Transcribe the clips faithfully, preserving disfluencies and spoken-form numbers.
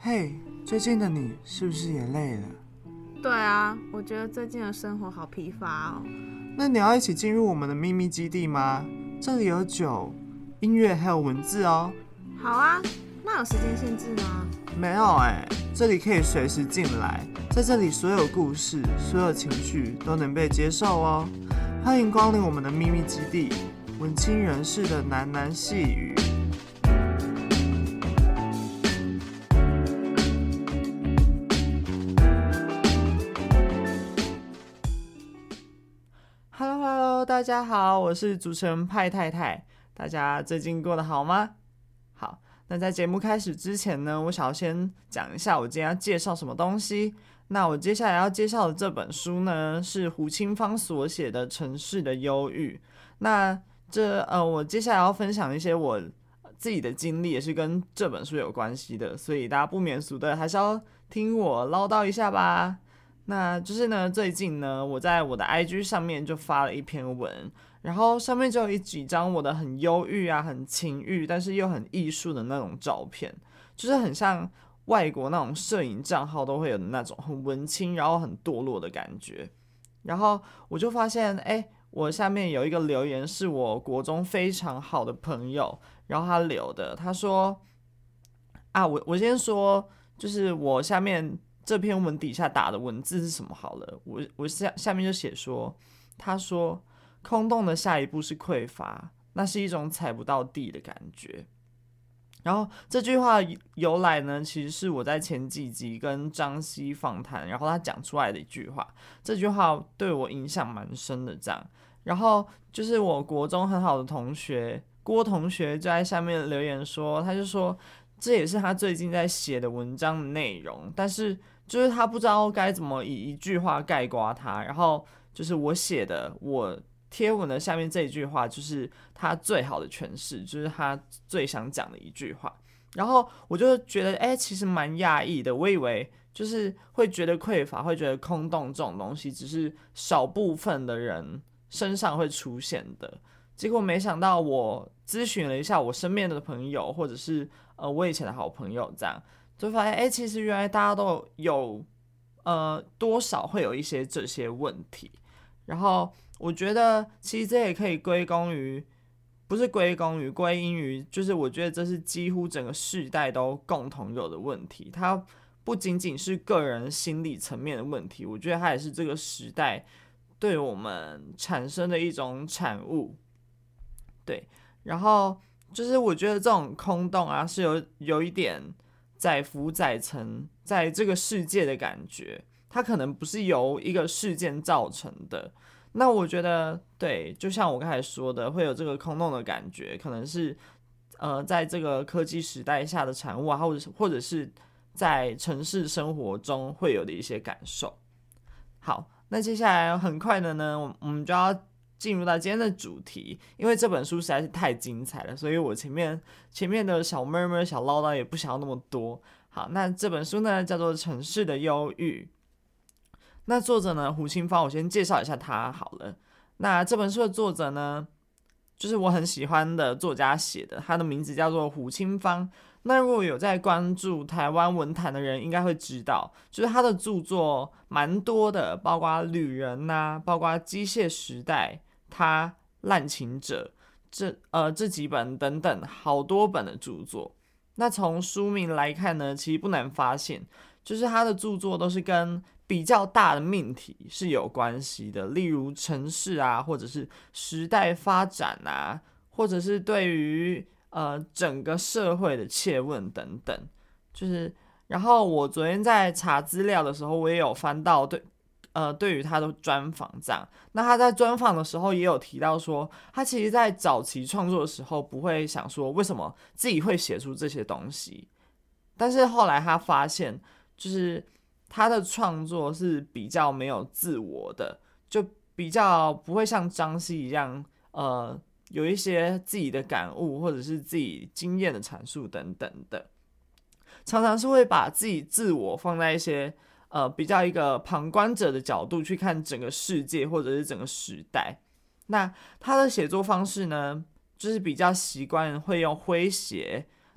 嘿，最近的你是不是也累了？ 对啊，我觉得最近的生活好疲乏哦。 那你要一起进入我们的秘密基地吗？这里有酒、音乐还有文字哦。 好啊，那有时间限制吗？ 没有哎、欸，这里可以随时进来，在这里所有故事、所有情绪都能被接受哦。欢迎光临我们的秘密基地，文青人士的喃喃细语。Hello Hello， 大家好，我是主持人派太太，大家最近过得好吗？好，那在节目开始之前呢，我想要先讲一下我今天要介绍什么东西。那我接下来要介绍的这本书呢，是胡清芳所写的《城市的忧郁》。那这呃，我接下来要分享一些我自己的经历，也是跟这本书有关系的，所以大家不免俗的还是要听我唠叨一下吧。那就是呢，最近呢，我在我的 I G 上面就发了一篇文，然后上面就有几张我的很忧郁啊、很情欲，但是又很艺术的那种照片，就是很像外国那种摄影账号都会有的那种很文青，然后很堕落的感觉。然后我就发现，哎，我下面有一个留言是我国中非常好的朋友，然后他留的，他说啊，我我先说，就是我下面这篇文底下打的文字是什么好了，我我下下面就写说，他说空洞的下一步是匮乏，那是一种踩不到地的感觉。然后这句话由来呢，其实是我在前几集跟张希访谈，然后他讲出来的一句话，这句话对我影响蛮深的这样。然后就是我国中很好的同学郭同学就在下面留言说，他就说这也是他最近在写的文章的内容，但是就是他不知道该怎么以一句话概括它，然后就是我写的我贴文的下面这一句话就是他最好的诠释，就是他最想讲的一句话。然后我就觉得哎、欸，其实蛮讶异的，我以为就是会觉得匮乏，会觉得空洞这种东西只是少部分的人身上会出现的，结果没想到我咨询了一下我身边的朋友，或者是呃我以前的好朋友，这样就发现哎、欸，其实原来大家都有呃多少会有一些这些问题。然后我觉得其实这也可以归功于，不是归功于归因于，就是我觉得这是几乎整个世代都共同有的问题，它不仅仅是个人心理层面的问题，我觉得它也是这个时代对我们产生的一种产物。对，然后就是我觉得这种空洞啊，是有有一点载浮载沉在这个世界的感觉，它可能不是由一个事件造成的。那我觉得，对，就像我刚才说的，会有这个空洞的感觉，可能是呃，在这个科技时代下的产物啊，或者是或者是在城市生活中会有的一些感受。好，那接下来很快的呢，我们就要进入到今天的主题，因为这本书实在是太精彩了，所以我前面前面的小 murmur 小唠叨也不想要那么多。好，那这本书呢叫做《城市的忧郁》。那作者呢，胡清芳，我先介绍一下他好了。那这本书的作者呢，就是我很喜欢的作家写的，他的名字叫做胡清芳。那如果有在关注台湾文坛的人，应该会知道，就是他的著作蛮多的，包括《旅人》呐，包括《机械时代》、他《滥情者》这呃这几本等等好多本的著作。那从书名来看呢，其实不难发现，就是他的著作都是跟比较大的命题是有关系的，例如城市啊，或者是时代发展啊，或者是对于呃整个社会的切问等等。就是，然后我昨天在查资料的时候，我也有翻到对呃对于他的专访这样。那他在专访的时候也有提到说，他其实在早期创作的时候不会想说为什么自己会写出这些东西，但是后来他发现，就是他的创作是比较没有自我的，就比较不会像张希一样，呃，有一些自己的感悟或者是自己经验的阐述等等的，常常是会把自己自我放在一些呃比较一个旁观者的角度去看整个世界或者是整个时代。那他的写作方式呢，就是比较习惯会用诙谐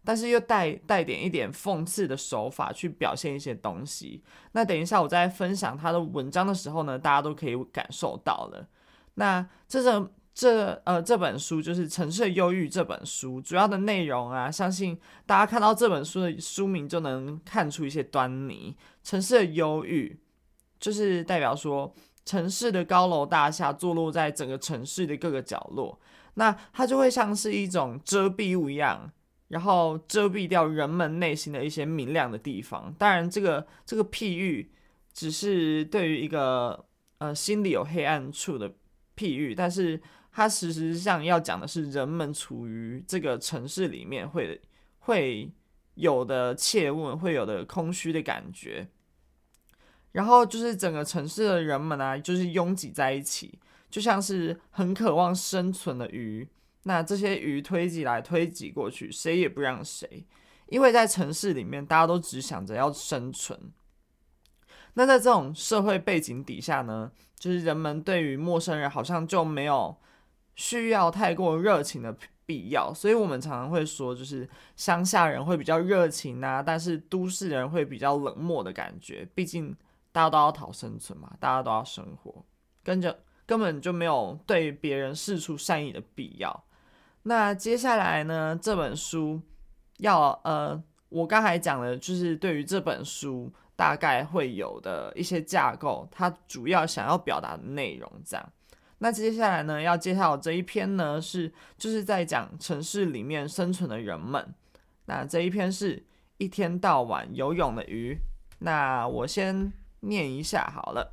但是又带带点一点讽刺的手法去表现一些东西。那等一下我在分享他的文章的时候呢，大家都可以感受到了。那这种这呃这本书就是《城市的忧郁》这本书主要的内容啊，相信大家看到这本书的书名就能看出一些端倪。城市的忧郁就是代表说城市的高楼大厦坐落在整个城市的各个角落，那它就会像是一种遮蔽物一样，然后遮蔽掉人们内心的一些明亮的地方。当然这个这个譬喻只是对于一个呃心里有黑暗处的譬喻，但是它实际上要讲的是人们处于这个城市里面会会有的切问，会有的空虚的感觉。然后就是整个城市的人们啊，就是拥挤在一起，就像是很渴望生存的鱼。那这些鱼推挤来推挤过去，谁也不让谁，因为在城市里面，大家都只想着要生存。那在这种社会背景底下呢，就是人们对于陌生人好像就没有需要太过热情的必要，所以我们常常会说，就是乡下人会比较热情啊，但是都市人会比较冷漠的感觉。毕竟大家都要讨生存嘛，大家都要生活，跟着根本就没有对别人释出善意的必要。那接下来呢，这本书要呃，我刚才讲的就是对于这本书大概会有的一些架构，它主要想要表达的内容这样。那接下来呢，要介绍这一篇呢，是就是在讲城市里面生存的人们。那这一篇是一天到晚游泳的鱼。那我先念一下好了。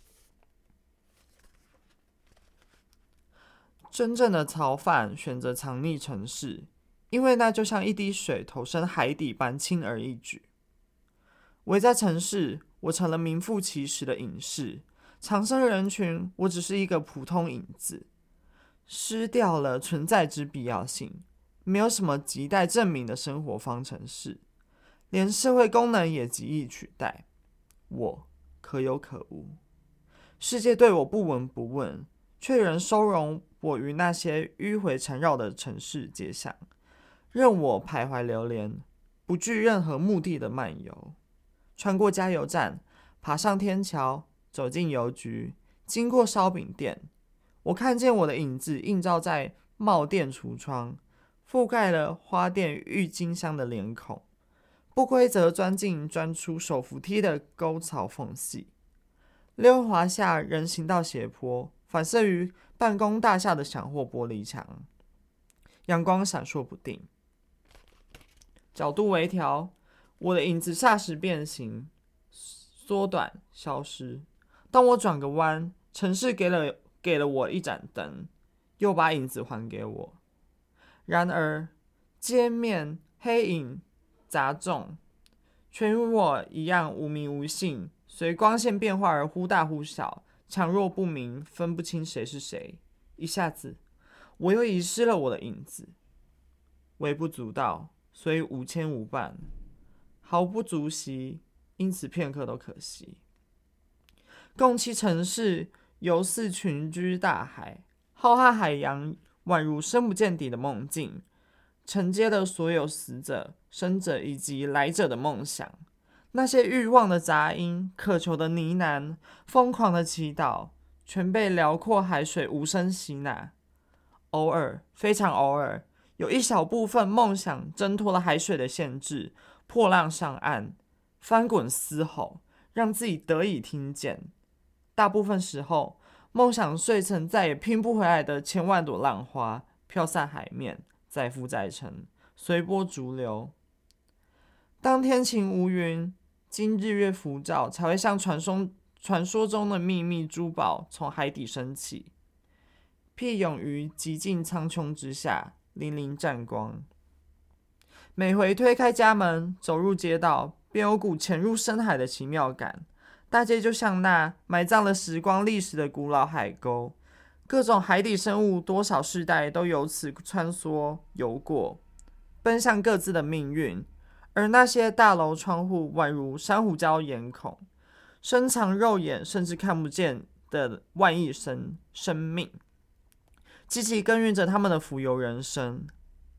真正的逃犯选择藏匿城市，因为那就像一滴水投身海底般轻而易举。围在城市，我成了名副其实的隐士。藏身人群，我只是一个普通影子，失掉了存在之必要性，没有什么亟待证明的生活方程式，连社会功能也极易取代。我可有可无，世界对我不闻不问，却仍收容我于那些迂回缠绕的城市街巷，任我徘徊流连，不具任何目的的漫游，穿过加油站，爬上天桥，走进邮局，经过烧饼店，我看见我的影子映照在帽店橱窗，覆盖了花店郁金香的脸孔，不规则钻进钻出手扶梯的沟槽缝隙，溜滑下人行道斜坡，反射于办公大厦的响货玻璃墙，阳光闪烁不定，角度微调，我的影子霎时变形，缩短，消失。当我转个弯，城市给了给了我一盏灯，又把影子还给我。然而，街面黑影杂众，全与我一样无名无姓，随光线变化而忽大忽小，强弱不明，分不清谁是谁。一下子，我又遗失了我的影子。微不足道，所以无牵无绊，毫不足惜，因此片刻都可惜。共栖城市犹似群居大海，浩瀚海洋宛如深不见底的梦境，承接了所有死者、生者以及来者的梦想。那些欲望的杂音、渴求的呢喃、疯狂的祈祷，全被辽阔海水无声吸纳。偶尔，非常偶尔，有一小部分梦想挣脱了海水的限制，破浪上岸，翻滚嘶吼，让自己得以听见。大部分时候，梦想碎成再也拼不回来的千万朵浪花，飘散海面，载浮载沉，随波逐流。当天晴无云，今日月浮照，才会像传说传说中的秘密珠宝从海底升起，庇涌于极尽苍穹之下，粼粼湛光。每回推开家门，走入街道，便有股潜入深海的奇妙感。大街就像那埋葬了时光历史的古老海沟，各种海底生物多少世代都由此穿梭游过，奔向各自的命运。而那些大楼窗户宛如珊瑚礁眼孔，深藏肉眼甚至看不见的万亿生生命，积极耕耘着他们的浮游人生。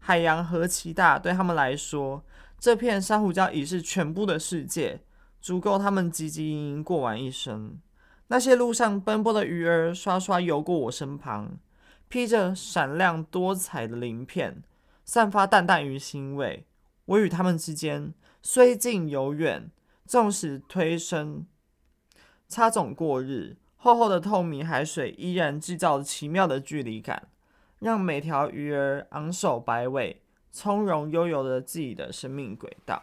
海洋何其大，对他们来说，这片珊瑚礁已是全部的世界，足够他们汲汲营营过完一生。那些路上奔波的鱼儿刷刷游过我身旁，披着闪亮多彩的鳞片，散发淡淡鱼腥味。我与他们之间虽近犹远，纵使推身擦踵过日，厚厚的透明海水依然制造奇妙的距离感，让每条鱼儿昂首摆尾，从容悠游的自己的生命轨道。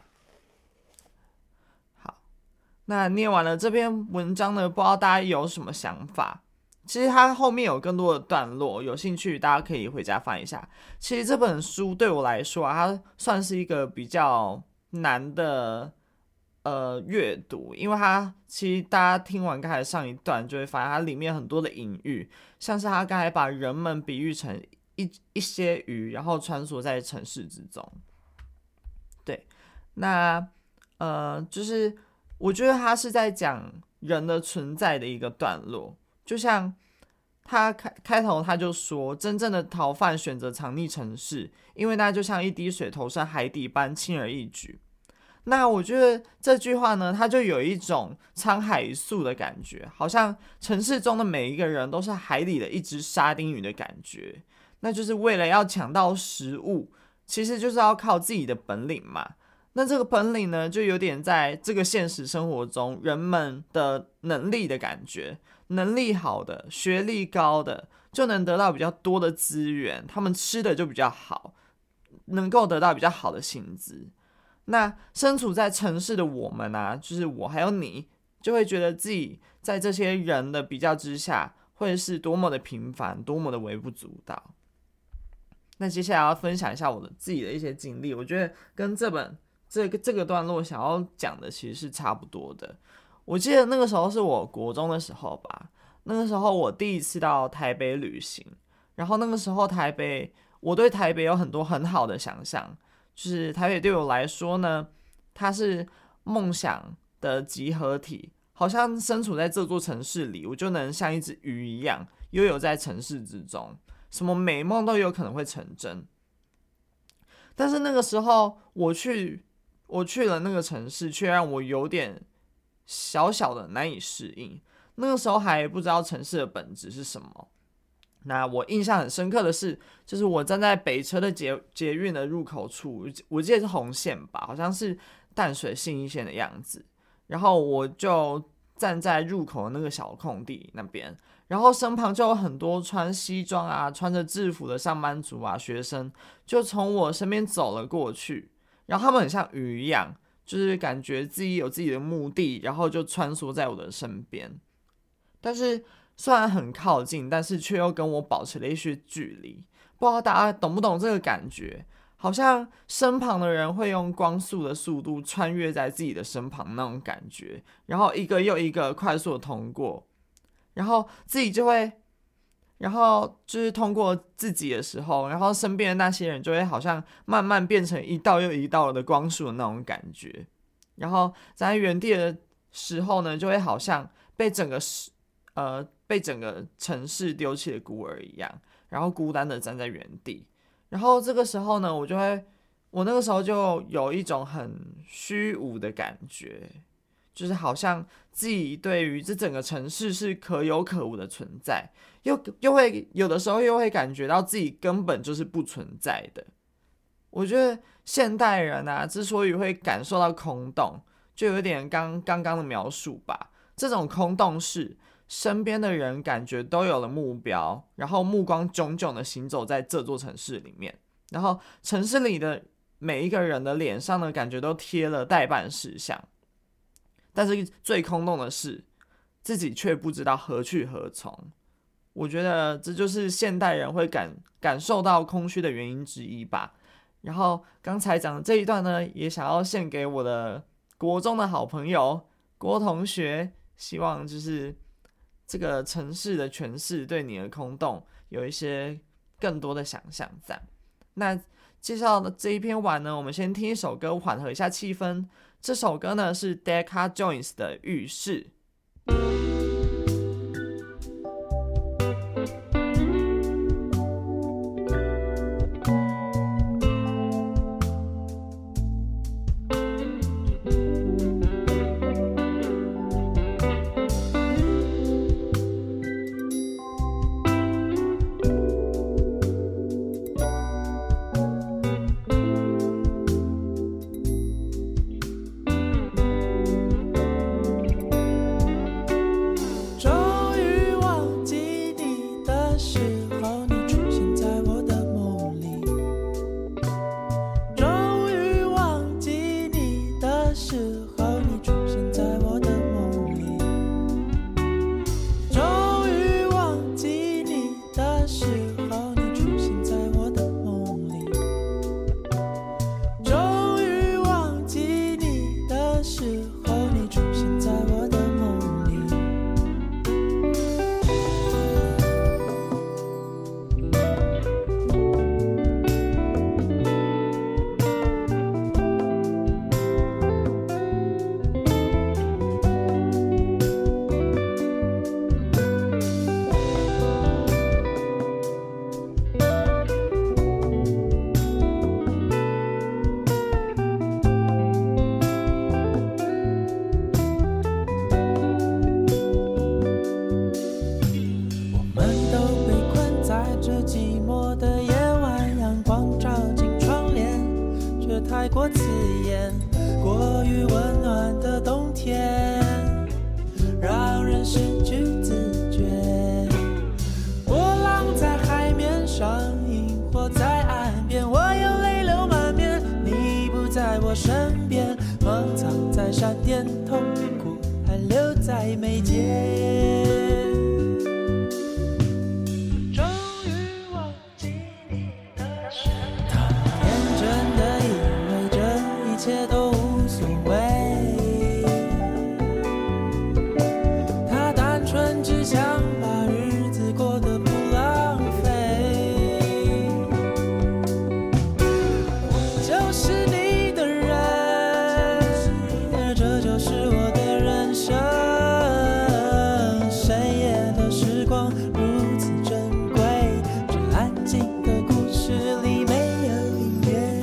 好，那念完了这篇文章呢，不知道大家有什么想法？其实它后面有更多的段落，有兴趣大家可以回家翻一下。其实这本书对我来说啊，它算是一个比较难的呃阅读，因为它其实大家听完刚才上一段就会发现，它里面很多的隐喻，像是它刚才把人们比喻成一一些鱼，然后穿梭在城市之中。对，那呃，就是我觉得它是在讲人的存在的一个段落。就像他 开, 开头他就说，真正的逃犯选择藏匿城市，因为那就像一滴水投身海底般轻而易举。那我觉得这句话呢，它就有一种沧海一粟的感觉，好像城市中的每一个人都是海里的一只沙丁鱼的感觉。那就是为了要抢到食物，其实就是要靠自己的本领嘛。那这个本领呢，就有点在这个现实生活中人们的能力的感觉。能力好的、学历高的，就能得到比较多的资源，他们吃的就比较好，能够得到比较好的薪资。那身处在城市的我们啊，就是我还有你，就会觉得自己在这些人的比较之下，会是多么的平凡，多么的微不足道。那接下来要分享一下我的自己的一些经历，我觉得跟这本这个这个段落想要讲的其实是差不多的。我记得那个时候是我国中的时候吧，那个时候我第一次到台北旅行，然后那个时候台北，我对台北有很多很好的想象，就是台北对我来说呢，它是梦想的集合体，好像身处在这座城市里，我就能像一只鱼一样悠游在城市之中，什么美梦都有可能会成真。但是那个时候我去我去了那个城市，却让我有点小小的难以适应。那个时候还不知道城市的本质是什么。那我印象很深刻的是，就是我站在北车的 捷, 捷运的入口处，我记得是红线吧，好像是淡水信义线的样子。然后我就站在入口的那个小空地那边，然后身旁就有很多穿西装啊、穿着制服的上班族啊、学生，就从我身边走了过去。然后他们很像鱼一样，就是感觉自己有自己的目的，然后就穿梭在我的身边。但是虽然很靠近，但是却又跟我保持了一些距离。不知道大家懂不懂这个感觉？好像身旁的人会用光速的速度穿越在自己的身旁那种感觉，然后一个又一个快速的通过，然后自己就会，然后就是通过自己的时候，然后身边的那些人就会好像慢慢变成一道又一道的光束的那种感觉，然后在原地的时候呢，就会好像被整个呃被整个城市丢弃的孤儿一样，然后孤单的站在原地。然后这个时候呢，我就会，我那个时候就有一种很虚无的感觉，就是好像自己对于这整个城市是可有可无的存在，又又会有的时候又会感觉到自己根本就是不存在的。我觉得现代人啊，之所以会感受到空洞，就有点刚刚刚的描述吧。这种空洞是身边的人感觉都有了目标，然后目光炯炯的行走在这座城市里面，然后城市里的每一个人的脸上呢，感觉都贴了待办事项，但是最空洞的是自己却不知道何去何从。我觉得这就是现代人会 感, 感受到空虚的原因之一吧。然后刚才讲的这一段呢，也想要献给我的国中的好朋友郭同学，希望就是这个城市的诠释对你的空洞有一些更多的想象在。那介绍的这一篇完呢，我们先听一首歌缓和一下气氛。这首歌呢是 Decca Jones 的浴室。 这寂寞的夜晚，阳光照进窗帘，却太过刺眼，过于温暖的冬天，让人失去自觉。波浪在海面上，萤火在岸边，我有泪流满面，你不在我身边，梦藏在闪电，痛苦还留在眉间。一切都无所谓，他单纯只想把日子过得不浪费。我就是你的人，这就是我的人生。深夜的时光如此珍贵，这安静的故事里没有音乐。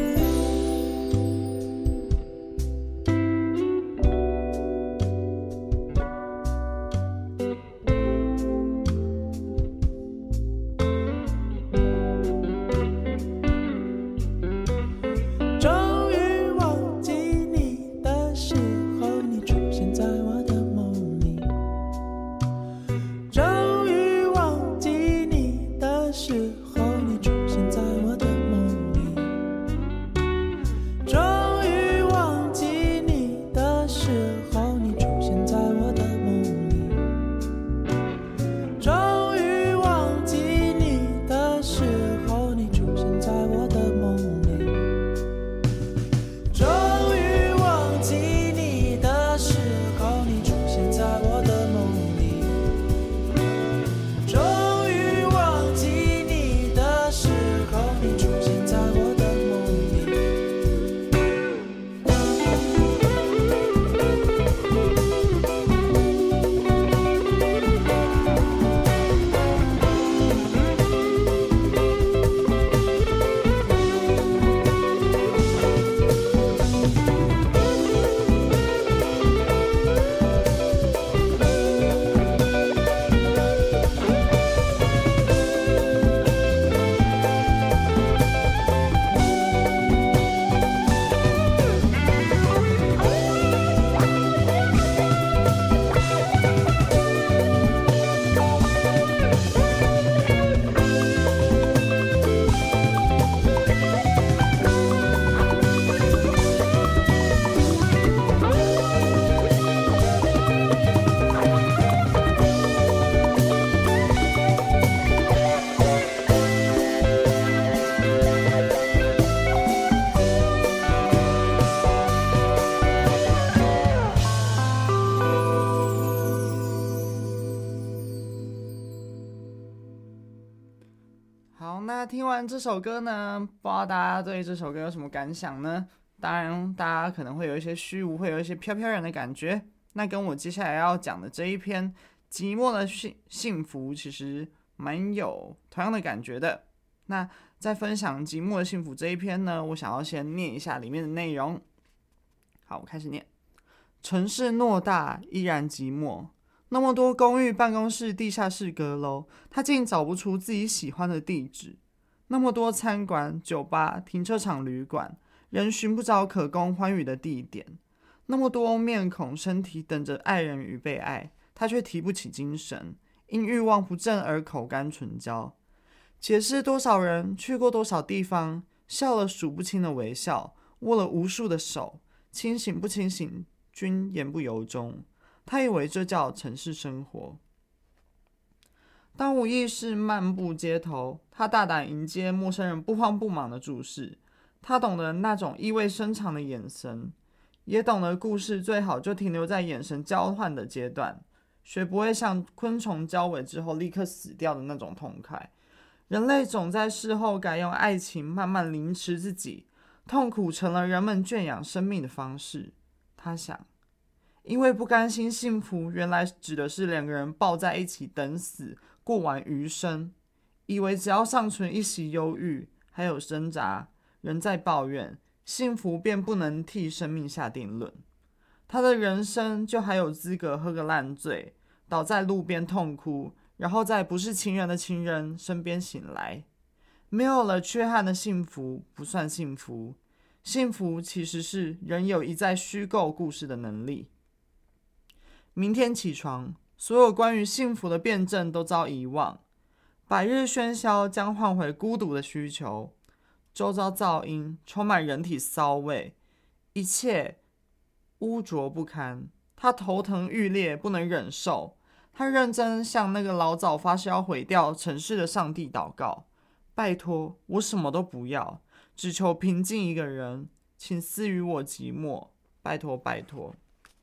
好，那听完这首歌呢，不知道大家对这首歌有什么感想呢？当然，大家可能会有一些虚无，会有一些飘飘然的感觉。那跟我接下来要讲的这一篇《寂寞的幸幸福》，其实蛮有同样的感觉的。那在分享《寂寞的幸福》这一篇呢，我想要先念一下里面的内容。好，我开始念。城市偌大，依然寂寞。那么多公寓、办公室、地下室、阁楼，他竟找不出自己喜欢的地址。那么多餐馆、酒吧、停车场、旅馆，仍寻不着可供欢愉的地点。那么多面孔、身体等着爱人与被爱，他却提不起精神，因欲望不振而口干唇焦。解释多少人，去过多少地方，笑了数不清的微笑，握了无数的手，清醒不清醒，均言不由衷。他以为这叫城市生活。当无意识漫步街头，他大胆迎接陌生人不慌不忙的注视。他懂得那种意味深长的眼神，也懂得故事最好就停留在眼神交换的阶段，学不会像昆虫交尾之后立刻死掉的那种痛快。人类总在事后改用爱情慢慢凌迟自己，痛苦成了人们圈养生命的方式。他想，因为不甘心幸福原来指的是两个人抱在一起等死，过完余生，以为只要尚存一席忧郁，还有挣扎，人在抱怨，幸福便不能替生命下定论。他的人生就还有资格喝个烂醉，倒在路边痛哭， 然后在不是情人的情人身边醒来。没有了缺憾的幸福不算幸福，幸福其实是人有一再虚构故事的能力。明天起床，所有关于幸福的辩证都遭遗忘，百日喧嚣将换回孤独的需求，周遭噪音充满人体骚味，一切污浊不堪。他头疼欲裂，不能忍受。他认真向那个老早发誓要毁掉城市的上帝祷告：拜托，我什么都不要，只求平静一个人，请赐予我寂寞，拜托拜托。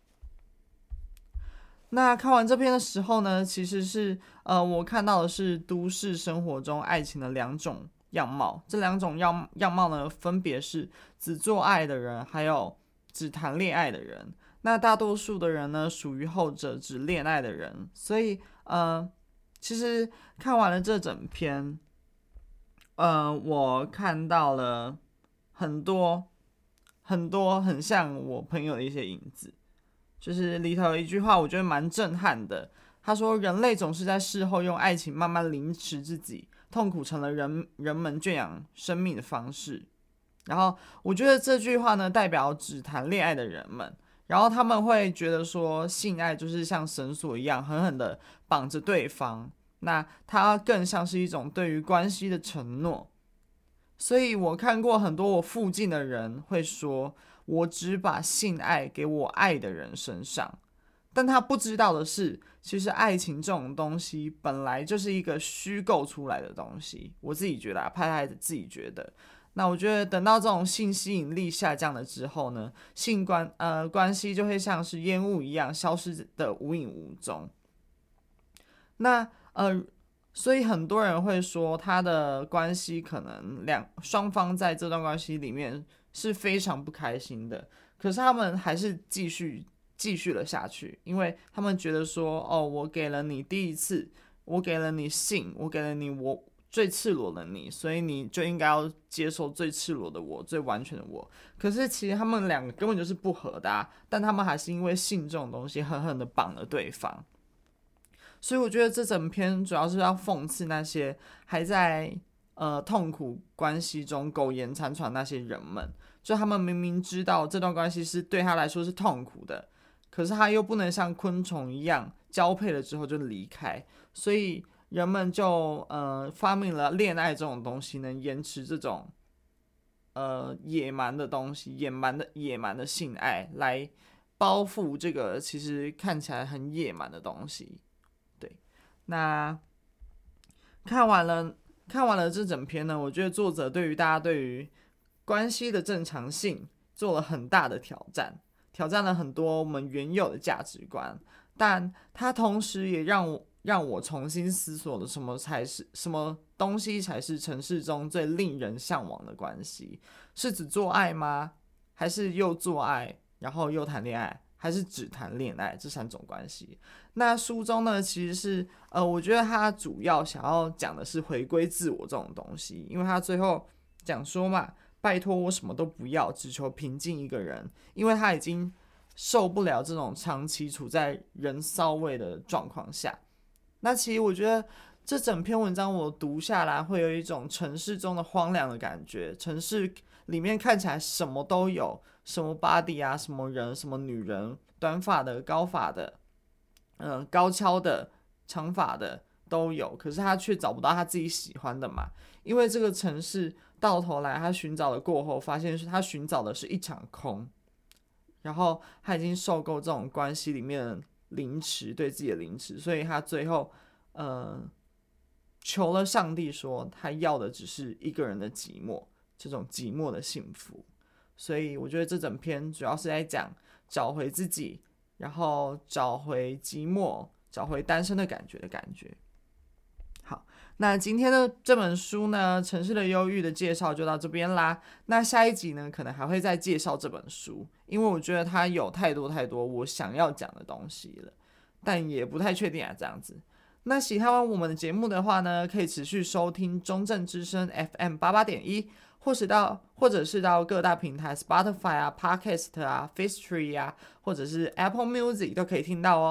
那看完这篇的时候呢，其实是呃，我看到的是都市生活中爱情的两种样貌。这两种样样貌呢，分别是只做爱的人，还有只谈恋爱的人。那大多数的人呢，属于后者，只恋爱的人。所以呃，其实看完了这整篇，呃，我看到了很多很多很像我朋友的一些影子。就是里头有一句话我觉得蛮震撼的，他说人类总是在事后用爱情慢慢凌迟自己，痛苦成了人人们圈养生命的方式。然后我觉得这句话呢，代表只谈恋爱的人们，然后他们会觉得说性爱就是像绳索一样狠狠的绑着对方，那它更像是一种对于关系的承诺。所以我看过很多我附近的人会说，我只把性爱给我爱的人身上，但他不知道的是，其实爱情这种东西本来就是一个虚构出来的东西。我自己觉得啊，派派自己觉得。那我觉得等到这种性吸引力下降了之后呢，性关呃关系就会像是烟雾一样消失的无影无踪。那呃。所以很多人会说，他的关系可能两双方在这段关系里面是非常不开心的，可是他们还是继续继续了下去，因为他们觉得说，哦，我给了你第一次，我给了你性，我给了你我最赤裸的你，所以你就应该要接受最赤裸的我，最完全的我。可是其实他们两个根本就是不合的啊，但他们还是因为性这种东西狠狠的绑了对方。所以我觉得这整篇主要是要讽刺那些还在呃痛苦关系中苟延残喘那些人们，就他们明明知道这段关系是对他来说是痛苦的，可是他又不能像昆虫一样交配了之后就离开，所以人们就呃发明了恋爱这种东西，能延迟这种呃野蛮的东西，野蛮的野蛮的性爱来包覆这个其实看起来很野蛮的东西。那看完了看完了这整篇呢，我觉得作者对于大家对于关系的正常性做了很大的挑战，挑战了很多我们原有的价值观，但他同时也让我让我重新思索了什么才是什么东西才是城市中最令人向往的关系，是只做爱吗？还是又做爱然后又谈恋爱？还是只谈恋爱？这三种关系。那书中呢，其实是呃，我觉得他主要想要讲的是回归自我这种东西，因为他最后讲说嘛，拜托我什么都不要，只求平静一个人，因为他已经受不了这种长期处在人骚味的状况下。那其实我觉得这整篇文章我读下来，会有一种城市中的荒凉的感觉，城市里面看起来什么都有，什么 body 啊，什么人，什么女人，短发的、高发的，嗯、呃，高跷的、长发的都有，可是他却找不到他自己喜欢的嘛，因为这个城市到头来他寻找了过后，发现是他寻找的是一场空，然后他已经受够这种关系里面的凌迟，对自己的凌迟，所以他最后呃求了上帝说，他要的只是一个人的寂寞，这种寂寞的幸福。所以我觉得这整篇主要是在讲找回自己，然后找回寂寞，找回单身的感觉的感觉。好，那今天的这本书呢，《城市的忧郁》的介绍就到这边啦。那下一集呢，可能还会再介绍这本书，因为我觉得它有太多太多我想要讲的东西了，但也不太确定啊，这样子。那喜欢我们的节目的话呢，可以持续收听中正之声 F M 八八点一，或是到或者是到各大平台 Spotify 啊、Podcast 啊、Firstory 啊，或者是 Apple Music 都可以听到哦。那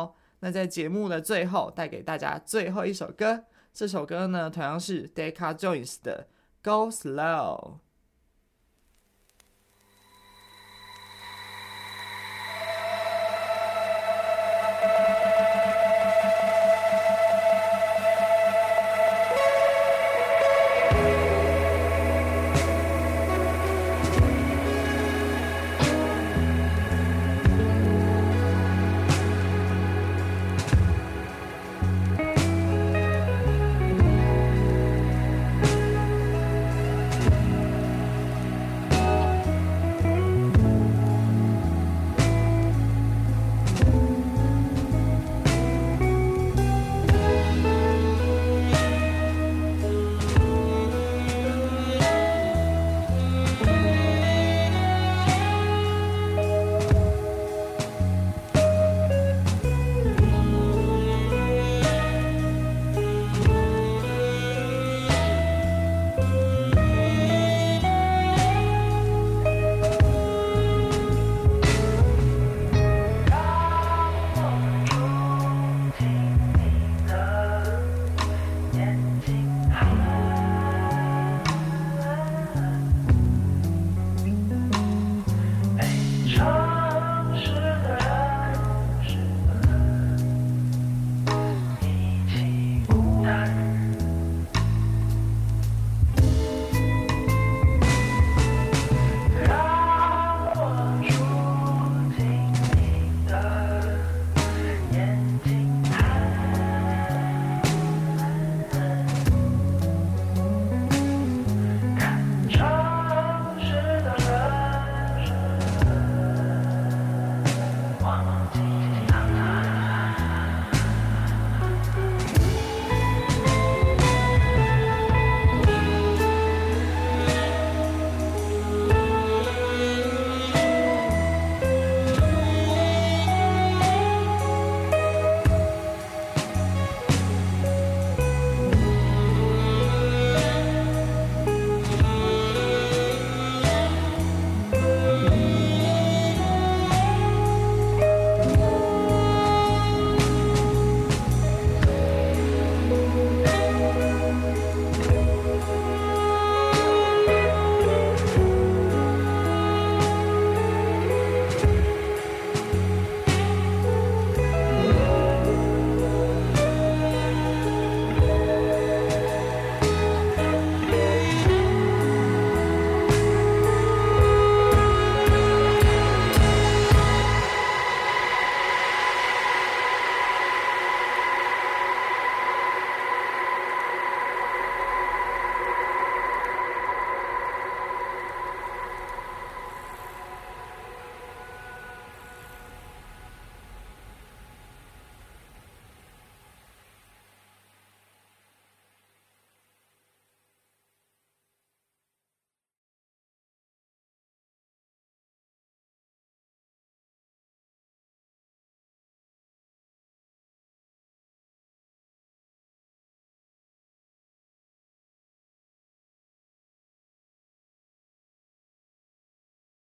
那在节目的最后带给大家最后一首歌，这首歌呢同样是 Deca Joins 的 Go Slow。